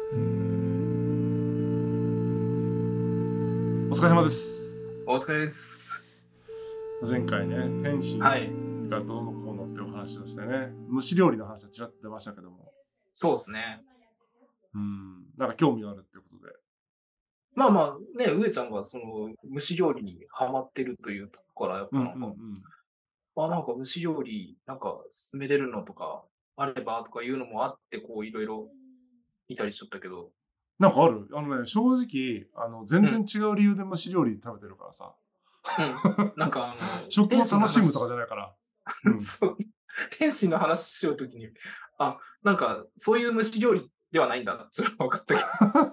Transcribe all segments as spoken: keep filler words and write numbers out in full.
お疲れ様です。 お疲れです。 前回ね、天津はい。 がどうのこうのってお話をしてね、蒸し料理の話はちらっと出ましたけども、 そうですね。 うん、なんか興味があるってことで。 まあまあ、ね、上ちゃんがその蒸し料理にハマってるというところから、やっうんうんうぱなんか、 ん。 あ、なんか蒸し料理、なんか勧めれるのとかあればとかいうのもあって、こういろいろ見たりしとったけど、 なんかあるあのね、正直、あの、全うん、 然違う理由で蒸し料理食べてるからさ。 うん。なんかあの、 食を天津の楽しむとかじ話、 ゃないから。うん。 そう、天津の話しようときに、あ、なんかそういう蒸し料理ではないんだなって分かったけど。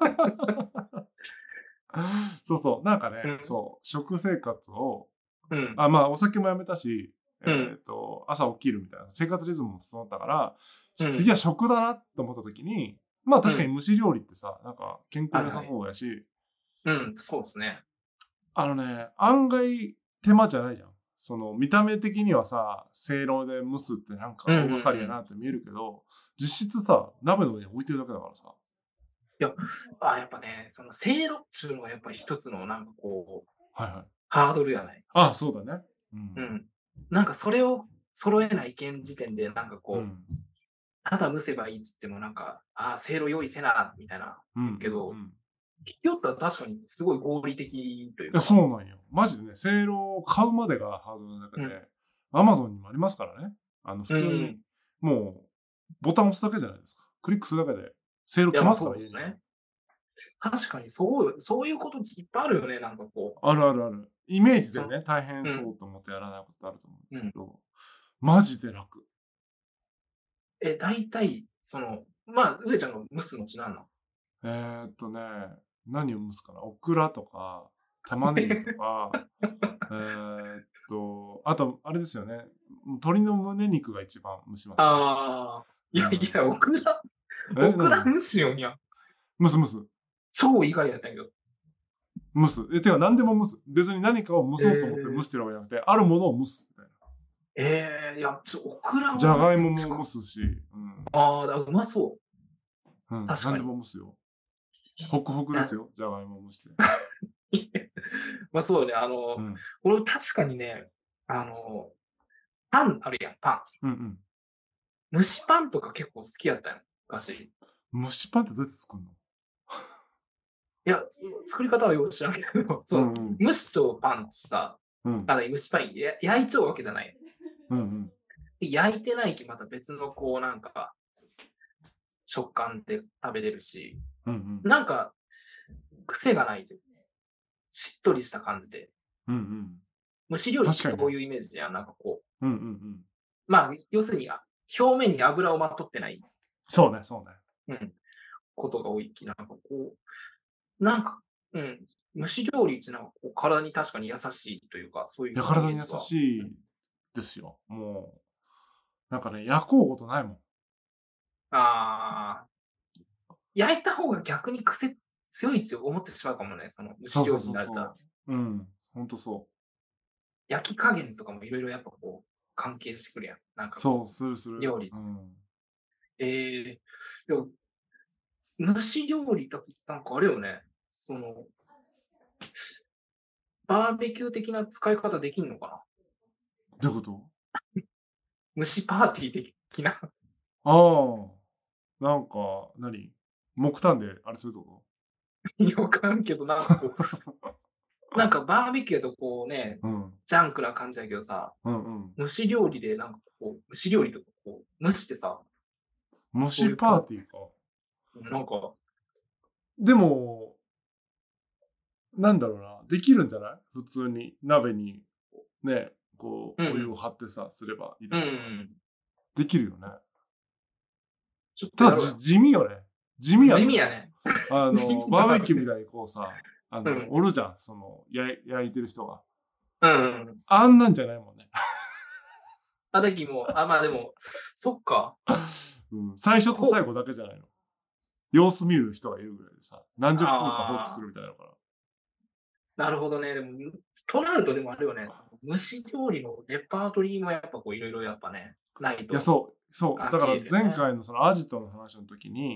そうそう。なんかね、 うん、 そう、食生活を、 うん、 あ、まあ、お酒もやめたし、 うん、 えっと、朝起きるみたいな生活リズムも整ったから、 うん、 次は食だなって思った時に、まあ確かにうん。 蒸し料理ってさ、なんか健康に良さはいはい。 そうやし、 うん、そうですね。 あのね、案外手間じゃないじゃん。その見た目的にはさ、せいろで蒸すってなんかうんうんう大掛かりやん。 なって見えるけど、実質さ、鍋の上に置いてるだけだからさ。 いや、あ、やっぱね、そのせいろっちゅうのがやっぱ一つのなんかこう、 はいはい。 ハードルやない。 ああ、そうだね。うん。 うん。なんかそれを揃えないけん時点で、なんかこう、 うん。 ただ蒸せばいいっつってもなんか、ああ、せいろ用意せな、みたいなうんうんう言うけど、 ん。 聞きよったら確かにすごい合理的といいや、 うか、 そうなんよ。マジでね、せいろを買うまでがハードルの中うん、 で、アマゾンにもありますからね。あの、普うん通に、 うん。 もう、ボタン押すだけじゃないですか。クリックするだけで、せいろいや、まあ来ますから、家に。 そうですね。確かにそう、そういうこといっぱいあるよね、なんかこあるあるある。イメーう。そジでね、大変うん、 そうと思ってやらないことあると思うんでうん。 すけど、マジで楽。 え、大体、その、まあ、上ちゃんが蒸すのちなんの？ えーっとね、何を蒸すかな。オクラとか、玉ねぎとか、えーっと、あと、あれですよね。鶏の胸肉が一番蒸しますね。 ああ、いうん。 やいや、オクラえ、 オクラ何蒸しよんや。 蒸す蒸す。 超意外やったんやけど。 蒸す。え、てか何でも蒸す。別に何かを蒸えそうと思って蒸しえ、 てるわけじゃなくて、あるものを蒸すみたいな。 ええ、いや、ちょ、オクラじゃを蒸がいもも蒸すとか。 すし、うん。 ああ、だうまそう。 うん。何で確かに。 も蒸すよ。ホクホクですなよ。じゃがいも蒸して。 まあそうね、あの、 うん。 俺確かにね、あの、パンあるやん、パン。 うんうん。 蒸しパンとか結構好きやったよ、昔。 蒸しパンってどうやって作るの？ いや、そ作り方はよく知らんけど、そう、 うんうん。 蒸しとパンってさ、 うん。 あの、蒸しパンや焼いちゃうわけじゃない。 うんうん。 焼いてないきまた別のこうなんか、食感で食べれるし、 うんうん。 なんか癖がないで、しっとりした感じで。 うんうん。 蒸し料理って確かにね。 そういうイメージやん。なんかこうんうんうん。 う、まあ、要するに、あ表面に油をまとってない、 そうね、そうね。 うん、ことが多いき、なんかこう、なんか、うん、蒸し料理ってなんかこう体に確かに優しいというか、そういいや、 うイ体に優メージは。 しいですよ。もう、なんかね、焼こうことないもん。 ああ、焼いた方が逆に癖強いって思ってしまうかもね、その蒸し料そうそう理になれたら。 そうそう。うん。ほんとそう。 焼き加減とかもいろいろやっぱこう、関係してくるやん。なんかこそう、するすう、 る。 料理うん。 ええ、いや、蒸し料理だとなんかあれよね、その、バーベキュー的な使い方できんのかな？ どういうこと？ 蒸しパーティー的な。 ああ、なんか、何木炭であれするってこわからんけど、なんかこう、なんかバーベキューだとこうね、 と？うん。 ジャンクな感じだけどさ、 うんうん。 蒸し料理でなんかこう、蒸し料理とかこう、蒸してさ、 蒸しそういうパパーティーか。 なんか、 でも、なんだろうな、できるんじゃない？普通に鍋に、ね、こう、お湯をうんうん。 張ってさ、すればいいうんうだけだから。 ん。 できるよね。 ちょっとただ、じやろうや。 地味よね。地味やと思地味やね。 う。あ地の、 味なバーベキューみバーベキュー。 たいにこうさ、あの、 うん。 おるじゃん、その、やい焼いてる人が。 うんうんうん。 あんなんじゃないもんね。 あ、だきも、あ、まあでも、そっか。 うん、最初と最ほ後だけじゃないの。様子見る人がいるぐらいでさ、何十分か放置すああ。 るみたいなのから。 なるほどね。でも、となるとでもあれよね、その蒸し料理のレパートリーもやっぱこういろいろやっぱね、ないいや、 とそう、そう。だから飽きるよね。 前回のそのアジトの話の時に、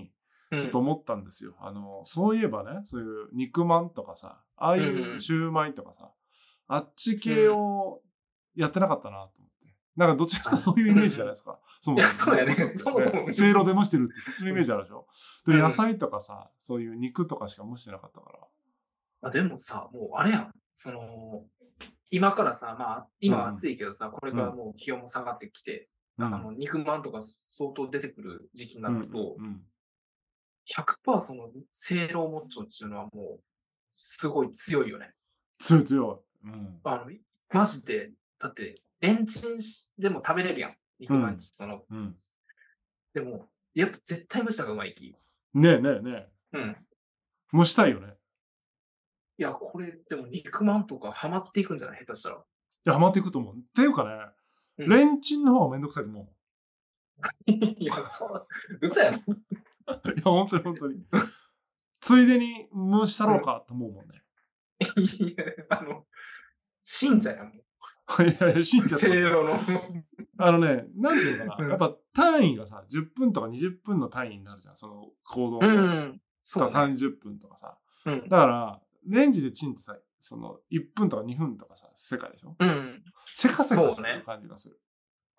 ちょっと思ったんですよ。あの、そういえばね、そういう肉まんとかさ、ああいうんうんうシューマイとかさ、あっちうん。 系うん。 をやってなかったなと思って。なんかどっちかというとあ、 そういうイメージじゃないうんうん。 ですか。そいや、 もそも。 そうやね。 むす、むす、 そもそね。 も、 せいろで蒸してるってそっちのイうん。 メージあるでしょ。で、野うん。 菜とかさ、そういう肉とかしか蒸してなかったから。 あ、でもさ、もうあれやん。その、今からさ、まあ、今はうんうん。 暑いけどさ、これからうん。 もう気温も下がってきて、 うん。 あの、肉まんとか相当出てくる時期になうんうると、 んうん。 ひゃくパーセントその、せいろもっちょっていうのはもう、すごい強いよね。 強い強い。うん。 あの、マジで、だって、レンチンしでも食べれるやん。肉まんち、 うん。 その、 うん。 でも、やっぱ絶対蒸した方がうまいき。 ねえねえねえ。 うん。 蒸したいよね。 いや、これ、でも肉まんとかハマっていくんじゃない下手したら。 いや、ハマっていくと思う。っていうかね、 うん。 レンチンの方がめんどくさいと思う。 いや、そう、嘘やろ。 いや、本当に本当に。ついでに蒸したうん。 ろうかと思うもんね。 いや、あの、信者やもん。 いやいや、信者とかじゃない。 せいろの。 あのね、なんていうのかな。やっうん。 ぱ単位がさ、じゅっぷんとかにじゅっぷんの単位になるじゃん。その行動うの。 ん。 とかそうね。 さんじゅっぷんとかさ。 うん。 だから、レンジでチンってさ、そのいっぷんとかにふんとかさ、世界でしょ。 うん。 せかせかしてるそうね。 感じがする。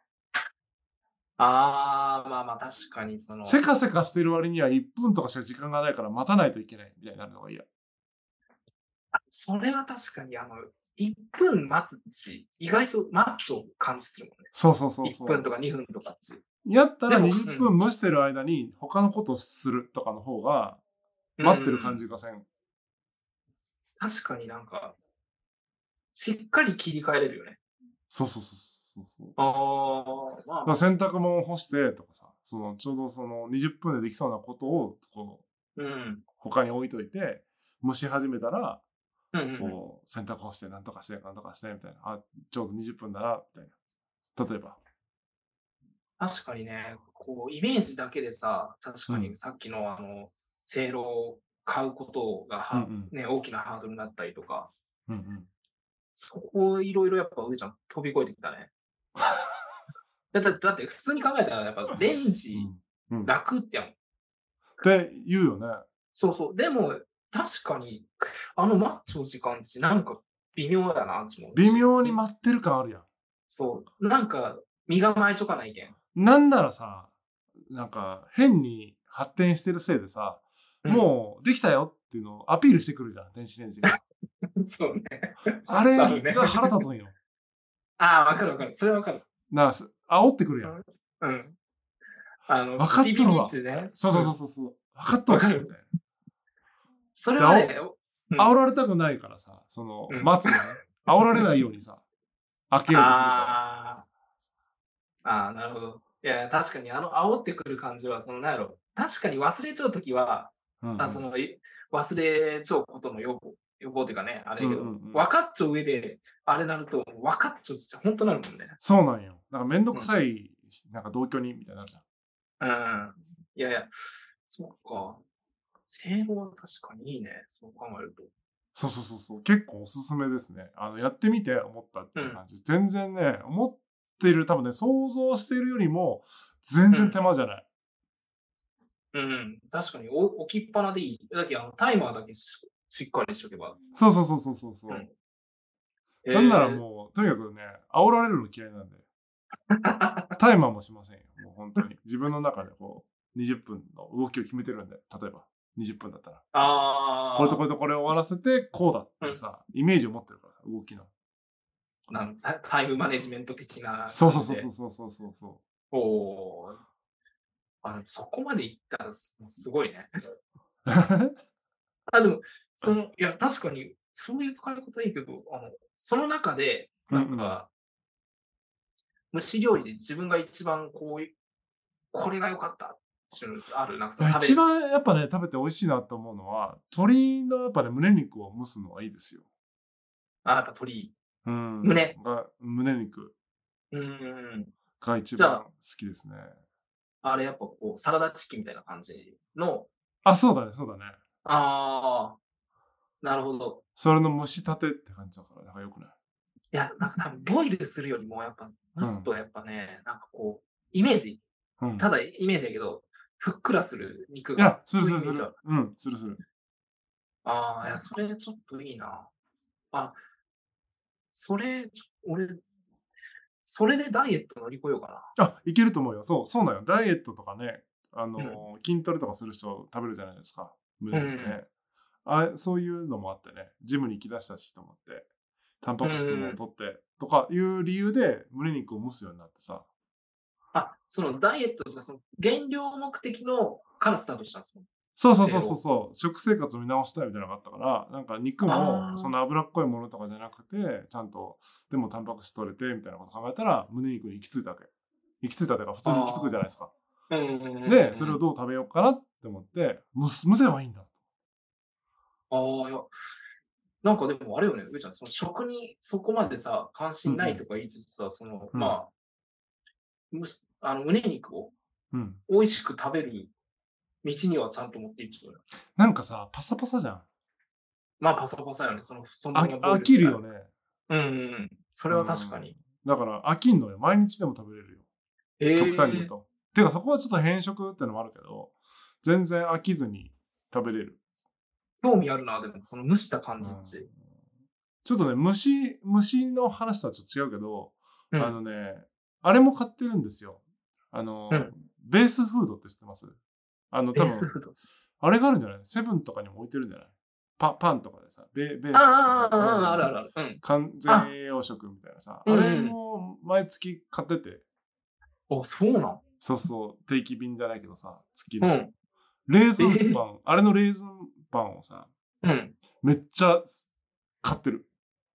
ああ、まあまあ、確かにその、 せかせかしてる割にはいっぷんとかしか時間がないから待たないといけないみたいになるのが嫌。 あ、それは確かにあの、いっぷん待つし、意外とマッチョを感じするもんね。 そうそうそう 1分そとかにふんとかっち。 う。やったらでも、 20 うん。 分蒸してる間に他のことをするとかの方がうん待ってる感うん。 じがせん。 確かになんか、しっかり切り替えれるよね。 そうそうそうそうそう。だかああ、まあまあ、 ら洗濯物を干してとかさ、そのちょうどそのにじゅっぷんでできそうなことをこううん。 他に置いといて、蒸し始めたら、 うんうんうん。 こう洗濯干してなんとかしてなんとかしてみたいな。あ、ちょうどにじゅっぷんだな、みたいな。例えば。 確かにね、こうイメージだけでさ、確かにうん。 さっきのあの、せいろを買うことがはうんうん。 ね、大きなハードルになったりとか、 うんうん。 そこをいろいろやっぱ上ちゃん飛び越えてきたね。だだだって普通に考えたらやっぱレンジうん。うん。っ楽ってやん。 て言うよね。 そうそう。でも、確かに、あのマッチョの時間ってなんか微妙やなって思う微し、 妙にみ待ってる感あるやん。 そう、なんか身構えちょかないけん。 なんならさ、なんか変に発展してるせいでさ、 うん。 もうできたよっていうのをアピールしてくるじゃん、電子レンジが。 そうね。 あそうね。 れが腹立つんよ。 ああ、わかるわかる。それはわかる。 なあ、す煽ってくるやん。 うん。うん。あの、 分かっピピピっとるわ。 てね。 そうそうそううん。 そうそう。分かっとるし、みたいわかる。それな。で、 はね、おうん。 煽られたくないからさ、その、 うん。 待つよね。煽られないようにさ、開けようとするから。 ああ、ああ、なるほど。いや、確かにあの煽ってくる感じは、そのなんやろ、確かに忘れちゃうときは、あ、そうんうん。 の、い忘れちゃうことの予防予防っていうかね、あれうんやけど、 うんうん。 分かっちゃう上で、あれなると、分かっちゃうってほんとなるもんね。 そうなんよ。なんかめんどうん。 くさい、なんか同居人みたいになるじゃん。 うん。いやいや、そっか。正論は確かにいいね、そう考えると。 そうそうそうそう。結構おすすめですね。あの、やってみて思ったっうん。 て感じ。全然ね、思ってる、多分ね、想像してるよりも、全然うん。 手間じゃない。 うん。確かに、お置きっぱなでいい。だけど、あの、タイマーだけししっかりしとけば。 そうそうそうそうそうそう。 うん。へなんならえ。 もう、とにかくね、煽られるの嫌いなんで、タイマーもしませんよ。もう本当に。自分の中でこう、にじゅっぷんの動きを決めてるんで、例えば、にじゅっぷんだったら。これとこああ、 れとこれを終わらせて、こうだってうん。 いうさ、イメージを持ってるからさ、動きの。 なんタタイムマネジメント的なそうそうそうそう感じで。 そうそうそうそおお。あ、でもそこまでいったらすもうすごいね。 う。 あ、でも、その、いや、確かにそういう使い方いいけど、あの、その中で、 うんうん。 なんか、蒸し料理で自分が一番こう、これが良かったっていうのある？なんかそいや、一の食べ番やっぱね、食べて美味しいなと思うのは、鶏のやっぱね、胸肉を蒸すのはいいですよ。 あ、やっぱ鶏、 うん。 胸。 が、胸肉うーん。 が一じゃあ、 番好きですね。 あれやっぱこう、サラダチキンみたいな感じの、 あ、そうだね、そうだね。 ああ、なるほど。 それの蒸したてって感じだから、なんか良くない？ いや、なんか多分ボイルするよりもやっぱ蒸うん。 すとやっぱね、なんかこう、イメージ、 うん。 ただイメージやけど、 ふっくらする肉が。 いや、するするすそういうイメージある。。 るうん、するする。 ああ、いや、それちょっといいな。あ、それ、ちょ俺、それでダイエット乗り越えようかあ、いけると思うよ。そう、そうなんよ。ダイエットとかね、あな。うん。 の、筋トレとかする人食べるじゃないですか。 う胸肉ん。 ね。あ、そういうのもあってね、ジムに行き出したしと思って、タンうパク質もん。 取ってとかいう理由で胸肉を蒸すようになってさ。 あ、そのダイエットじゃ、その減量目的のからスタートしたんですか？ そうそうそうそう正論。 そう、食生活を見直したいみたいなのがあったから、なんか肉もそあんな脂っこいものとかじゃなくて、ちゃんと、でもタンパク質取れてみたいなこと考えたら、胸肉に行き着いたわけ。行き着いたというか、普通あ、 に行き着くじゃああ。 ないですか。 うんうんうんうんで、それをうん。 どう食べようかなって思って、蒸す蒸せばいいんだ。 ああ、いや、なんかでもあれよね、上ちゃん、その食にそこまでさ、関心ないとうんうん。 か言いつつさ、その、 うん。 まあ、むすあの、胸肉をうん。 美味しく食べる道にはちゃんと持っていっちゃうよ。 なんかさ、パサパサじゃん。 まあ、パサパサよね、その、そのあままボイ飽ルしたら。 きるよね。 うんうんうん。それは確かうん。 に。 だから飽きんのよ。毎日でも食べれるよ。極端に言うええ、 と。てかそこはちょっと変色ってのもあるけど、全然飽きずに食べれる。 興味あるな、でも、その蒸した感うん。 じって。 ちょっとね、虫、虫の話とはちょっと違うけど、 うん、 あのね、あれも買ってるんですよ。あの、 うん。 ベースフードって知ってます？あの、 ベ多分、 ースフード。 あれがあるんじゃない？セブンとかにも置いてるんじゃない？パパンとかでさ、ベベーああ、 スって書いて、 ああ、 うんああ、あうん。 るあるある。うん。 完全あ、 栄養食みたいなさ、あれうんうん。 も毎月買ってて、 あ、そうなん？ そうそう、定期便じゃないけどさ、月の。 うん。 レーズええ、 ンパン、あれのレーズンパンをさ、 うん。 めっちゃ買ってる。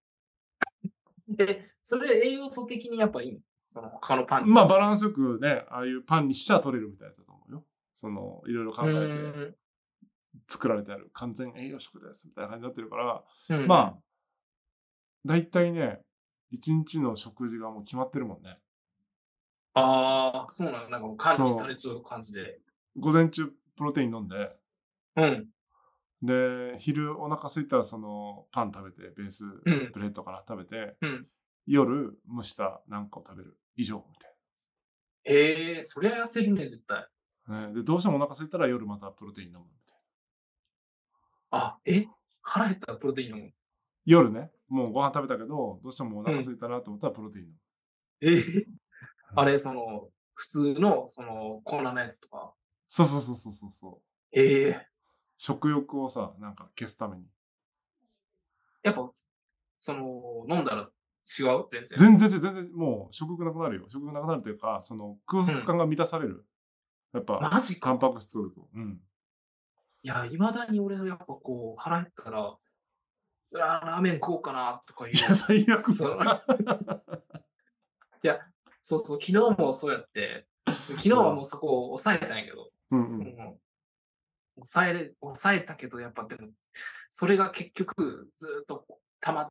え、それ栄養素的にやっぱいいの？その他のパンに比まあ、バべて。 ランスよくね、ああいうパンにしちゃ取れるみたいなやつだと思うよ。その、いろいろう考えてーん。 作られてある完全栄養食ですみたいな感じになってるから、 うんうまあ、 ん。 だいたいね、一日の食事がもう決まってるもんね。 ああ、そうなの、なんかもう管理さそれちゃう感じで。 う、午前中プロテイン飲んで、 うん、 で、昼お腹空いたらそのパン食べて、ベースうん、 ブレッドかな食べて、 うん。 夜蒸したなんかを食べる。以上、みたいええ、そりゃ痩せるね、絶対。 な。ね、で、どうしてもお腹空いたら夜またプロテイン飲むみたいな。 あ、え、腹減ったらプロテイン飲む？ 夜ね、もうご飯食べたけど、どうしてもおうん。 腹空いたなと思ったらプロテイン飲む。 ええ、 うん、 あれ、その、普通の、その、粉のやつとか。 そうそうそうそうそうそう。 ええ、 食欲をさ、なんか消すために。 やっぱ、その、飲んだら違う？全然。 全然、全然、もう食欲なくなるよ。食欲なくなるというか、その空うん。 腹感が満たされる。やっぱ、 マジか。 タンパク質取ると。うん。 いや、未だに俺はやっぱこう、腹減ったら、うわー、ラーメン食おうかなとかいいや、 う、 最悪。 その、いや、そうそう、昨日もそうやって、昨日うん。 はもうそこを抑えたんやけど、 うんうん。 うん、抑えれ抑えたけど、やっぱでも、それが結局ずっと溜まって、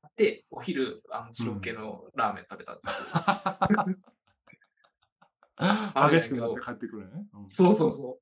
お昼、あの、二郎系うん。 のラーメン食べたっていう、あれ激なんやけど、 しくなって帰ってくるよね。うん。 そうそうそう。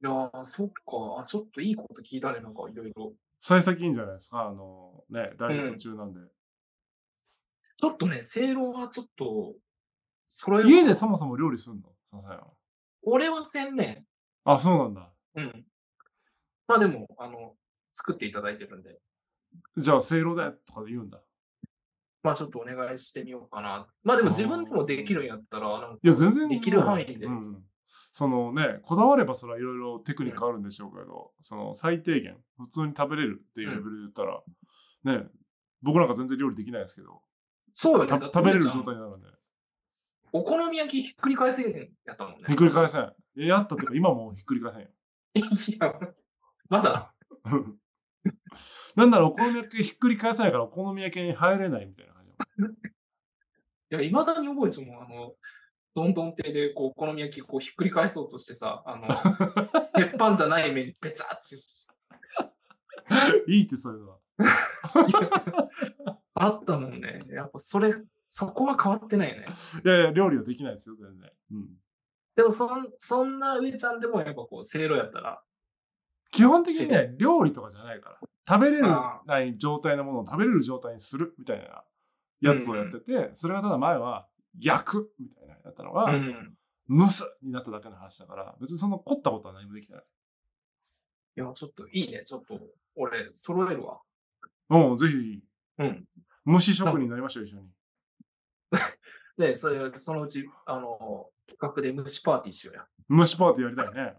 いやー、そっか、あ、ちょっといいこと聞いたね、なんかいろいろ。 幸先いいんじゃないですか。あの、ね、ダイエットうん。 中なんで。 ちょっとね、正論はちょっと揃えようかな。 家でそもそも料理すんの？ささやは。 俺はせんねあ、そうなんだ。 ん。うん。まあでも、あの、作っていただいてるんで、 じゃあ、せいろでとかで言うんだ。 まあちょっとお願いしてみようかな。まあでもあ自分でもできるんあ。 やったら、なんいや、 か、 全然できるもう、 範囲で。 うん。そのね、こだわればそれはいろいろテクうん、 ニックあるんでしょうけど、その最低限、普通に食べれるっていうん。 うレベルで言ったら、ね、僕なんか全然料理できないですけど、 そうよね。 ただって食べれる上ちゃん、 状態になるんで、 お好み焼きひっくり返せへんやったもんね、 ひっくり返昔。 せん。えやったっていうか、今もひっくり返せんよ。 いや、まだ。 なんならお好み焼きひっくり返せないからお好み焼きに入れないみたいな感じ。 いや、未だに覚えても、あの、どんどん亭でこう、お好み焼きこうひっくり返そうとしてさ、あの、鉄板じゃない面にべちゃってし、 いいってそういうのは。 いや、あったもんね。やっぱそれ、そこは変わってないよね。 いやいや、料理はできないですよ、全然。うん。 でもそん、そんな上ちゃんでもやっぱこう、せいろやったら、 基本的にせ、 ね、料理とかじゃないから。食べれるああ、 ない状態のものを食べれる状態にするみたいなうんうやつをやってて、それがただ前は焼くみたいなやったのん、うが、 ん。 ムスになっただけの話だから、別にその凝ったことは何もできてない。 いや、ちょっといいね。ちょっと、俺、揃えるわ。 うん、ぜひ、 うん。 虫職なんか人になりましょう、一緒に。 で、それ、そのうち、あの、企画で虫パーティーしようや。 虫パーティーやりたいね。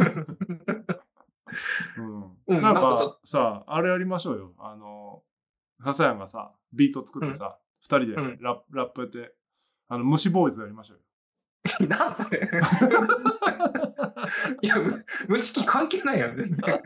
うん。うん、 うん、 なんなんかちょっと、 かさ、あれやりましょうよ。あの、笹谷がさ、ビート作っうん、 てさ、二人でうん。 ラップラップやって、あの、虫ボーイズやりましょうよ。 なんそれいや、む虫木関係ないやん、全然。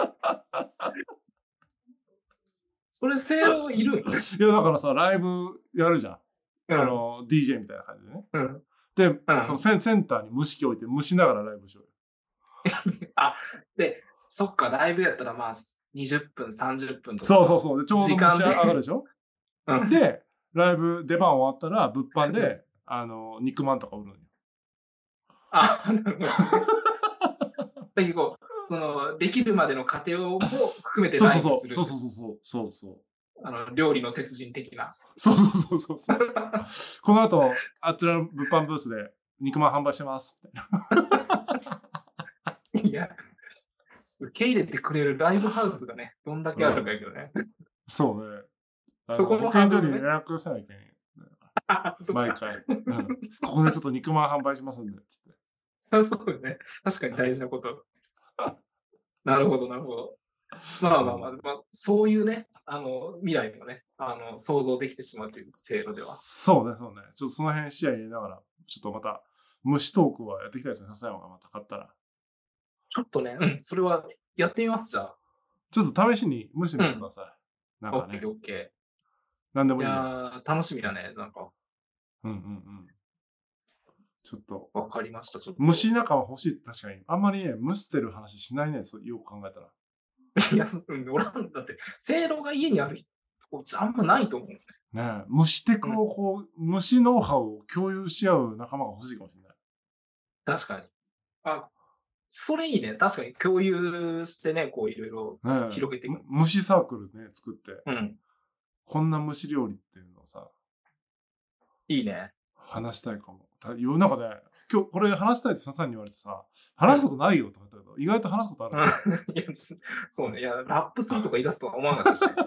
それ、性能いるんいや、だからさ、ライブやるじゃん。 うん、 あの、ディージェー みたいな感じでね。 うん、 で、 うん。 そのセンセンターに蒸し器置いて蒸しながらライブしようよ。 あ、で、そっか、ライブやったらまあ、にじゅっぷん、さんじゅっぷんとかのそうそうそう。で、ちょうど蒸し時間で、 上がるでしょ。 うん。 で、ライブ出番終わったら物販で、あの、肉まんとか売るのよ。 あ、なるほどね。だけど、その、できるまでの過程をも含めてそうそライブうそう。そうするんです。 そうそう。そうそう。 あの、料理の鉄人的な。 そうそうそうそうそう。この後、あちらの物販ブースで肉まん販売してます。みたいな。 いや、受け入れてくれるライブハウスがね、どんだけあるかやけどね。 そうね。あの、 そこの保健所にハードルね。 予約せないけん。 そっか。 毎回。うん。ここでちょっと肉まん販売しますんで、つって。 そうそうよね。確かに大事なこと。なるほど、なるほど。まあまあまあ、 うん、 まあ、そういうね、あの、未来もね、あの、想像できてしまうという制度では。 そうね、そうね。ちょっとその辺視野に入れながら、ちょっとまた、虫トークはやっていきたいですね。笹山がまた買ったら。 ちょっとね、うん、それはやってみます、じゃあ。 ちょっと試しに蒸してみてくうん。 ださい。なんオッケー、 かね、 オッケー。いなんでもいいんで。 やー、楽しみだね、なんか。 うんうんうん。ちょっと、 わかりました、ちょっと。 虫仲間欲しい。確かに。あんまりね、蒸してる話しないね。そうよく考えたら。 いや、すうん、おらん、だって、せいろが家にある人、あんまないと思う。 ねえ、虫テクうん、 をこう、虫ノウハウを共有し合う仲間が欲しいかもしれない。 確かに。あ、それいいね。確かに共有してね、こういろいろねえ、 広げていく。 虫サークルね、作って、 うん。 こんな虫料理っていうのをさ、 いいね。 話したいかも。たなんかね、今日これ話したいって笹さんに言われてさ、話すこうん。 とないよとか言ったけど、意外と話すことあるね。 いや、そうね。いや、ラップするとか言い出すとは思わなかったしね。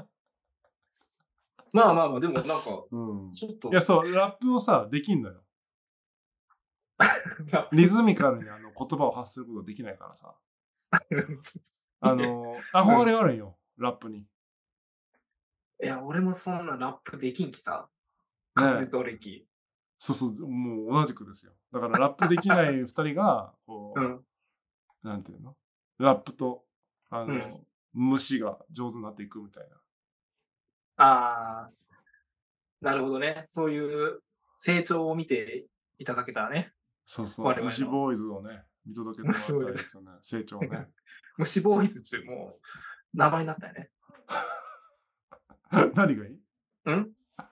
まあまあまあ、でもなんか、 うん。 ちょっと、 いや、そう、ラップをさ、できんのよ。 ラップ、 リズミカルにあの言葉を発することができないからさ。あの、憧れがあるんよ、ラップに。 いや、俺もそんなラップできんきさ。滑ねえ。 舌悪いき。 そうそう、もう同じくですよ。だからラップできない二人が、こうん。 う、なんていうのラップと、あうん。 の、虫が上手になっていくみたいな。 ああ、なるほどね。そういう成長を見ていただけたらね。 そうそう、 我々の。 虫ボーイズをね、見届けてもらい虫ボーイズ。 たいですよね。成長をね。 虫ボーイズ中、もう、名前になったよね。 何がいいん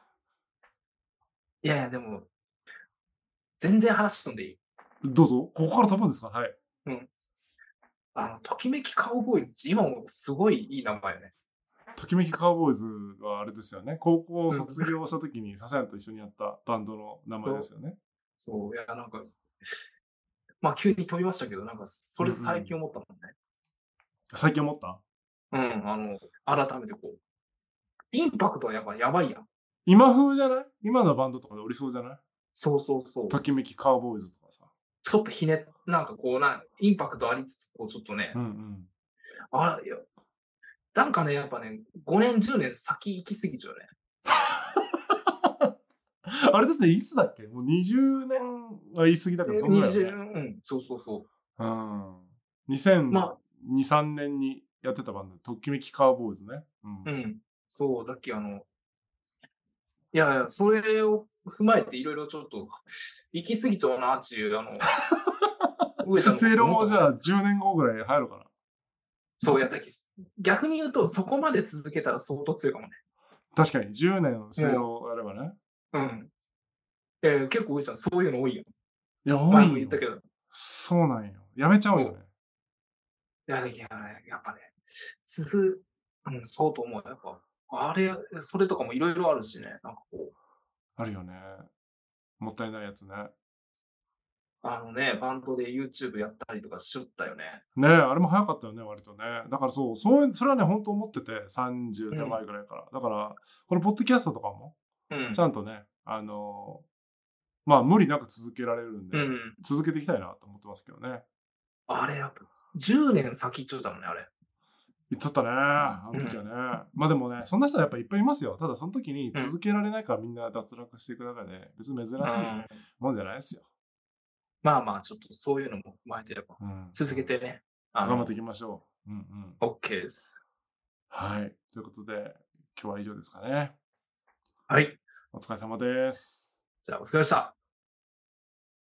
いやいや、でも、全然話飛んでいい。 どうぞ。ここから飛ぶんですかはい。 うん。あの、ときめきカウボーイズ、今もすごいいい名前よね。 ときめきカウボーイズはあれですよね。高校うん。 卒業した時に笹谷と一緒にやったバンドの名前そう、 ですよね。 そう、いや、なんか、まあ、急に飛びましたけど、なんか、そうんうれ最近ん。 思ったもんね。 最近思ったうん、あの、改めてこう、インパクトはやっぱやばいやん。 今風じゃない今のバンドとかでおりそうじゃないそうそうそう。 ときめきカウボーイズとかさ。 ちょっとひね、なんかこうな、インパクトありつつ、こうちょっとね、 うんうん。 あ、いや、なんかね、やっぱね、ごねん、じゅうねん先行き過ぎちゃうね。 あれだっていつだっけもうにじゅうねんは言い過ぎだけど、そんぐらいよにじゅう、 ね。 うん、そうそうそうん。 う。まにせんに、さんねんにやってたバンド、ときめきカウボーイズね。うあ、うん。 ん、そう、だっけ、あの、いやいや、それを踏まえていろいろちょっと、行き過ぎちゃうなっていう、あの、上ちゃんのこせいと思ったもんね。 ろもじゃあじゅうねんごぐらい入るかな。 そうやったき、逆に言うと、そこまで続けたら相当強いかもね。 確かにじゅうねんせいもろやればね。 う、うん。えー、結構上ちゃんそういうの多いよ。 いや、多前もいよ。 言ったけど、 そうなんよ。やめちゃうそう。 よね。 いや、いや、やっぱね、続、うん、そうと思う。やっぱ、あれ、それとかもいろいろあるしね、なんかこう、 あるよね。もったいないやつね。 あのね、バンドで YouTube やったりとかしよったよね。 ねえ、あれも早かったよね、割とね。だからそう、そういうそれはね、ほんと思ってて、さんじゅう手うん。 前ぐらいから。だから、このポッドキャストとかも、 うん。 ちゃんとね、あの、まあ、無理なく続けられるんで、 うん。 続けていきたいなと思ってますけどね。 あれ、やっぱ、じゅうねん先っちょったもんね、あれ。 言っとったね、あの時はうん。 ね。ま、でもね、そんな人はやっぱいっぱいいますよ。ただその時にうん。 続けられないからみんな脱落していく中で、別に珍しいうん。 もんじゃないですよ。 まあまあ、ちょっとそういうのも踏まえてれば、 うん、うん。 続けてね、あの、 頑張っていきましょう。うんうん。 オッケーです。 はい。ということで、今日は以上ですかね。 はい。 お疲れ様です。 じゃあ、お疲れ様でした。